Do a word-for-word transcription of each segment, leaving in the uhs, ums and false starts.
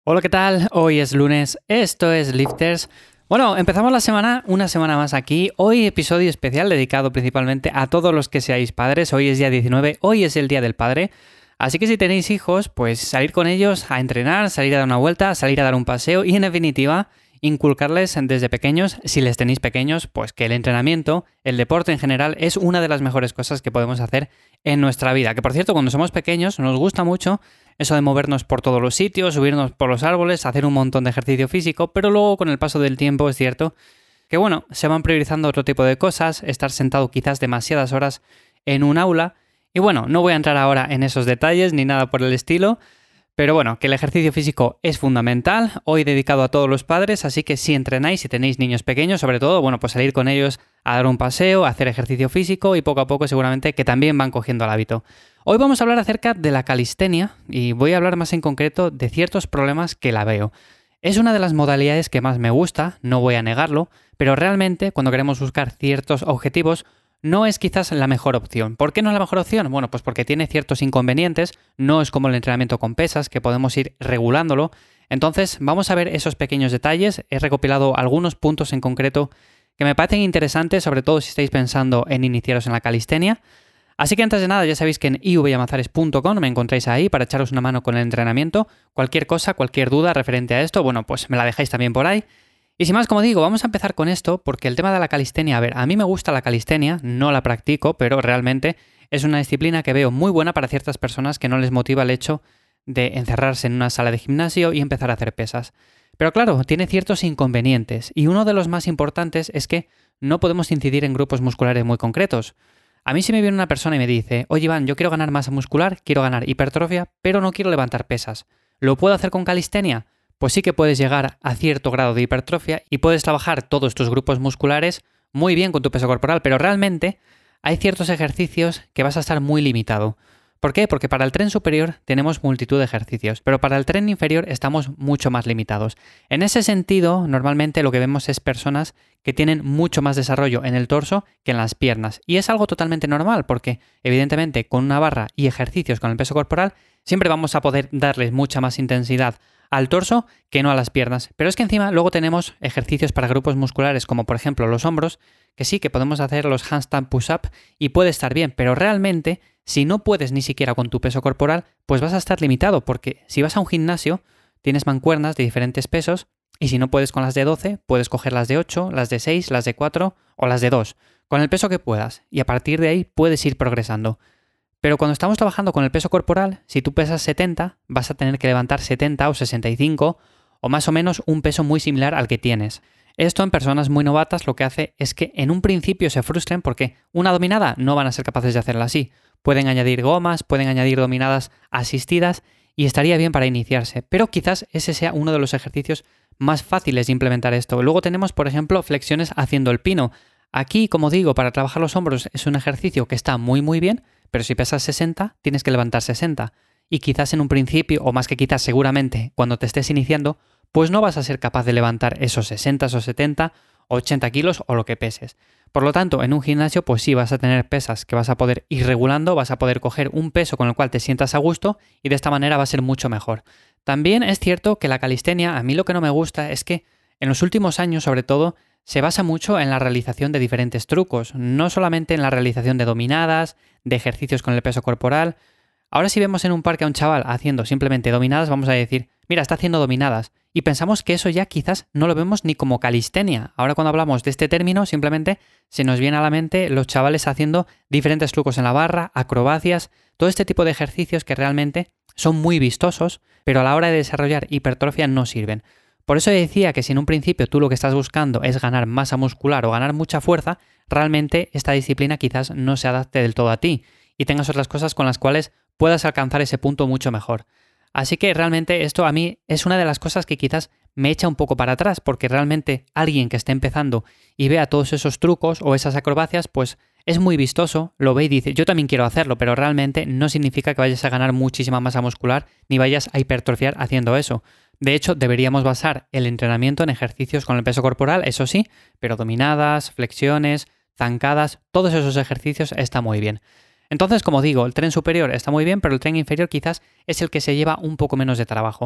Hola, ¿qué tal? Hoy es lunes, esto es Lifters. Bueno, empezamos la semana, una semana más aquí. Hoy episodio especial dedicado principalmente a todos los que seáis padres. Hoy es día diecinueve, hoy es el Día del Padre. Así que si tenéis hijos, pues salir con ellos a entrenar, salir a dar una vuelta, salir a dar un paseo y en definitiva inculcarles desde pequeños, si les tenéis pequeños, pues que el entrenamiento, el deporte en general es una de las mejores cosas que podemos hacer en nuestra vida. Que por cierto, cuando somos pequeños nos gusta mucho eso de movernos por todos los sitios, subirnos por los árboles, hacer un montón de ejercicio físico, pero luego con el paso del tiempo es cierto que bueno, se van priorizando otro tipo de cosas, estar sentado quizás demasiadas horas en un aula. Y bueno, no voy a entrar ahora en esos detalles ni nada por el estilo, pero bueno, que el ejercicio físico es fundamental, hoy dedicado a todos los padres, así que si entrenáis, si tenéis niños pequeños, sobre todo, bueno, pues salir con ellos a dar un paseo, a hacer ejercicio físico y poco a poco seguramente que también van cogiendo el hábito. Hoy vamos a hablar acerca de la calistenia y voy a hablar más en concreto de ciertos problemas que la veo. Es una de las modalidades que más me gusta, no voy a negarlo, pero realmente cuando queremos buscar ciertos objetivos no es quizás la mejor opción. ¿Por qué no es la mejor opción? Bueno, pues porque tiene ciertos inconvenientes, no es como el entrenamiento con pesas, que podemos ir regulándolo. Entonces, vamos a ver esos pequeños detalles. He recopilado algunos puntos en concreto que me parecen interesantes, sobre todo si estáis pensando en iniciaros en la calistenia. Así que antes de nada, ya sabéis que en i v llamazares punto com me encontráis ahí para echaros una mano con el entrenamiento. Cualquier cosa, cualquier duda referente a esto, bueno, pues me la dejáis también por ahí. Y sin más, como digo, vamos a empezar con esto porque el tema de la calistenia, a ver, a mí me gusta la calistenia, no la practico, pero realmente es una disciplina que veo muy buena para ciertas personas que no les motiva el hecho de encerrarse en una sala de gimnasio y empezar a hacer pesas. Pero claro, tiene ciertos inconvenientes y uno de los más importantes es que no podemos incidir en grupos musculares muy concretos. A mí si me viene una persona y me dice, oye Iván, yo quiero ganar masa muscular, quiero ganar hipertrofia, pero no quiero levantar pesas. ¿Lo puedo hacer con calistenia? Pues sí que puedes llegar a cierto grado de hipertrofia y puedes trabajar todos tus grupos musculares muy bien con tu peso corporal, pero realmente hay ciertos ejercicios que vas a estar muy limitado. ¿Por qué? Porque para el tren superior tenemos multitud de ejercicios, pero para el tren inferior estamos mucho más limitados. En ese sentido, normalmente lo que vemos es personas que tienen mucho más desarrollo en el torso que en las piernas. Y es algo totalmente normal, porque evidentemente con una barra y ejercicios con el peso corporal siempre vamos a poder darles mucha más intensidad al torso que no a las piernas. Pero es que encima luego tenemos ejercicios para grupos musculares como por ejemplo los hombros, que sí que podemos hacer los handstand push-up y puede estar bien, pero realmente si no puedes ni siquiera con tu peso corporal, pues vas a estar limitado, porque si vas a un gimnasio tienes mancuernas de diferentes pesos y si no puedes con las de doce, puedes coger las de ocho, las de seis, las de cuatro o las de dos, con el peso que puedas y a partir de ahí puedes ir progresando. Pero cuando estamos trabajando con el peso corporal, si tú pesas setenta, vas a tener que levantar setenta o sesenta y cinco o más o menos un peso muy similar al que tienes. Esto en personas muy novatas lo que hace es que en un principio se frustren porque una dominada no van a ser capaces de hacerla así. Pueden añadir gomas, pueden añadir dominadas asistidas y estaría bien para iniciarse, pero quizás ese sea uno de los ejercicios más fáciles de implementar esto. Luego tenemos, por ejemplo, flexiones haciendo el pino. Aquí, como digo, para trabajar los hombros es un ejercicio que está muy muy bien, pero si pesas sesenta, tienes que levantar sesenta. Y quizás en un principio, o más que quizás seguramente, cuando te estés iniciando, pues no vas a ser capaz de levantar esos sesenta o setenta, ochenta kilos o lo que peses. Por lo tanto, en un gimnasio, pues sí vas a tener pesas que vas a poder ir regulando, vas a poder coger un peso con el cual te sientas a gusto y de esta manera va a ser mucho mejor. También es cierto que la calistenia, a mí lo que no me gusta es que en los últimos años, sobre todo, se basa mucho en la realización de diferentes trucos, no solamente en la realización de dominadas, de ejercicios con el peso corporal. Ahora si vemos en un parque a un chaval haciendo simplemente dominadas, vamos a decir, mira, está haciendo dominadas. Y pensamos que eso ya quizás no lo vemos ni como calistenia. Ahora cuando hablamos de este término, simplemente se nos viene a la mente los chavales haciendo diferentes trucos en la barra, acrobacias, todo este tipo de ejercicios que realmente son muy vistosos, pero a la hora de desarrollar hipertrofia no sirven. Por eso decía que si en un principio tú lo que estás buscando es ganar masa muscular o ganar mucha fuerza, realmente esta disciplina quizás no se adapte del todo a ti y tengas otras cosas con las cuales puedas alcanzar ese punto mucho mejor. Así que realmente esto a mí es una de las cosas que quizás me echa un poco para atrás, porque realmente alguien que esté empezando y vea todos esos trucos o esas acrobacias, pues es muy vistoso, lo ve y dice, yo también quiero hacerlo, pero realmente no significa que vayas a ganar muchísima masa muscular ni vayas a hipertrofiar haciendo eso. De hecho, deberíamos basar el entrenamiento en ejercicios con el peso corporal, eso sí, pero dominadas, flexiones, zancadas, todos esos ejercicios está muy bien. Entonces, como digo, el tren superior está muy bien, pero el tren inferior quizás es el que se lleva un poco menos de trabajo.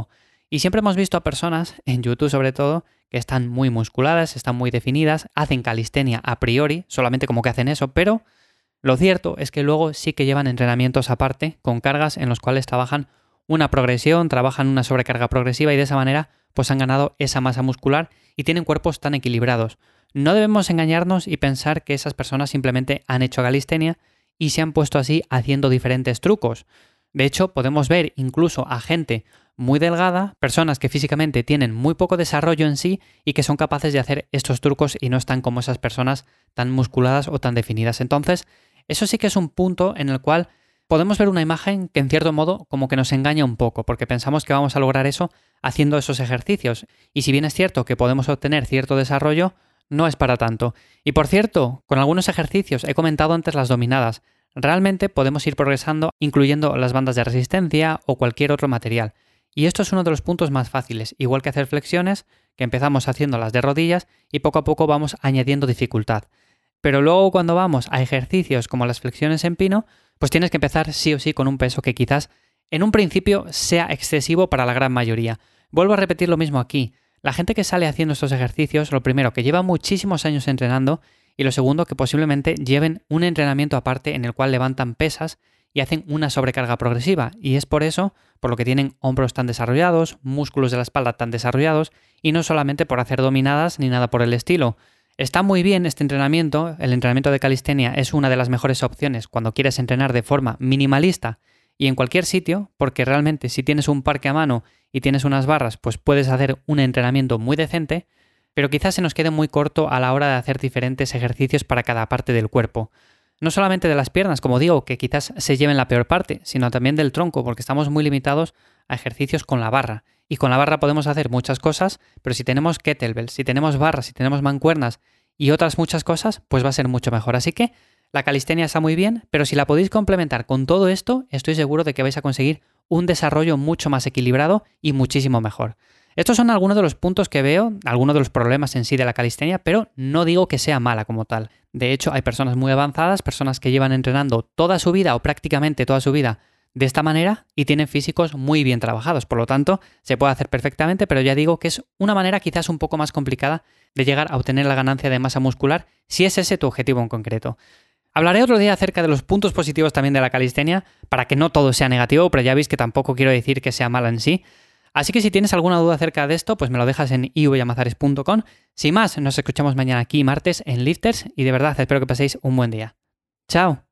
Y siempre hemos visto a personas, en YouTube sobre todo, que están muy musculadas, están muy definidas, hacen calistenia a priori, solamente como que hacen eso, pero lo cierto es que luego sí que llevan entrenamientos aparte, con cargas en los cuales trabajan una progresión, trabajan una sobrecarga progresiva y de esa manera pues han ganado esa masa muscular y tienen cuerpos tan equilibrados. No debemos engañarnos y pensar que esas personas simplemente han hecho calistenia y se han puesto así haciendo diferentes trucos. De hecho, podemos ver incluso a gente muy delgada, personas que físicamente tienen muy poco desarrollo en sí y que son capaces de hacer estos trucos y no están como esas personas tan musculadas o tan definidas. Entonces, eso sí que es un punto en el cual podemos ver una imagen que en cierto modo como que nos engaña un poco, porque pensamos que vamos a lograr eso haciendo esos ejercicios. Y si bien es cierto que podemos obtener cierto desarrollo, no es para tanto. Y por cierto, con algunos ejercicios, he comentado antes las dominadas, realmente podemos ir progresando incluyendo las bandas de resistencia o cualquier otro material. Y esto es uno de los puntos más fáciles, igual que hacer flexiones, que empezamos haciendo las de rodillas y poco a poco vamos añadiendo dificultad. Pero luego cuando vamos a ejercicios como las flexiones en pino, pues tienes que empezar sí o sí con un peso que quizás en un principio sea excesivo para la gran mayoría. Vuelvo a repetir lo mismo aquí. La gente que sale haciendo estos ejercicios, lo primero, que lleva muchísimos años entrenando y lo segundo, que posiblemente lleven un entrenamiento aparte en el cual levantan pesas y hacen una sobrecarga progresiva. Y es por eso, por lo que tienen hombros tan desarrollados, músculos de la espalda tan desarrollados y no solamente por hacer dominadas ni nada por el estilo. Está muy bien este entrenamiento, el entrenamiento de calistenia es una de las mejores opciones cuando quieres entrenar de forma minimalista y en cualquier sitio, porque realmente si tienes un parque a mano y tienes unas barras, pues puedes hacer un entrenamiento muy decente, pero quizás se nos quede muy corto a la hora de hacer diferentes ejercicios para cada parte del cuerpo. No solamente de las piernas, como digo, que quizás se lleven la peor parte, sino también del tronco, porque estamos muy limitados a ejercicios con la barra. Y con la barra podemos hacer muchas cosas, pero si tenemos kettlebells, si tenemos barras, si tenemos mancuernas y otras muchas cosas, pues va a ser mucho mejor. Así que la calistenia está muy bien, pero si la podéis complementar con todo esto, estoy seguro de que vais a conseguir un desarrollo mucho más equilibrado y muchísimo mejor. Estos son algunos de los puntos que veo, algunos de los problemas en sí de la calistenia, pero no digo que sea mala como tal. De hecho, hay personas muy avanzadas, personas que llevan entrenando toda su vida o prácticamente toda su vida de esta manera y tienen físicos muy bien trabajados. Por lo tanto, se puede hacer perfectamente, pero ya digo que es una manera quizás un poco más complicada de llegar a obtener la ganancia de masa muscular si es ese tu objetivo en concreto. Hablaré otro día acerca de los puntos positivos también de la calistenia, para que no todo sea negativo, pero ya veis que tampoco quiero decir que sea mala en sí. Así que si tienes alguna duda acerca de esto, pues me lo dejas en i v llamazares punto com. Sin más, nos escuchamos mañana aquí martes en Lifters y de verdad espero que paséis un buen día. ¡Chao!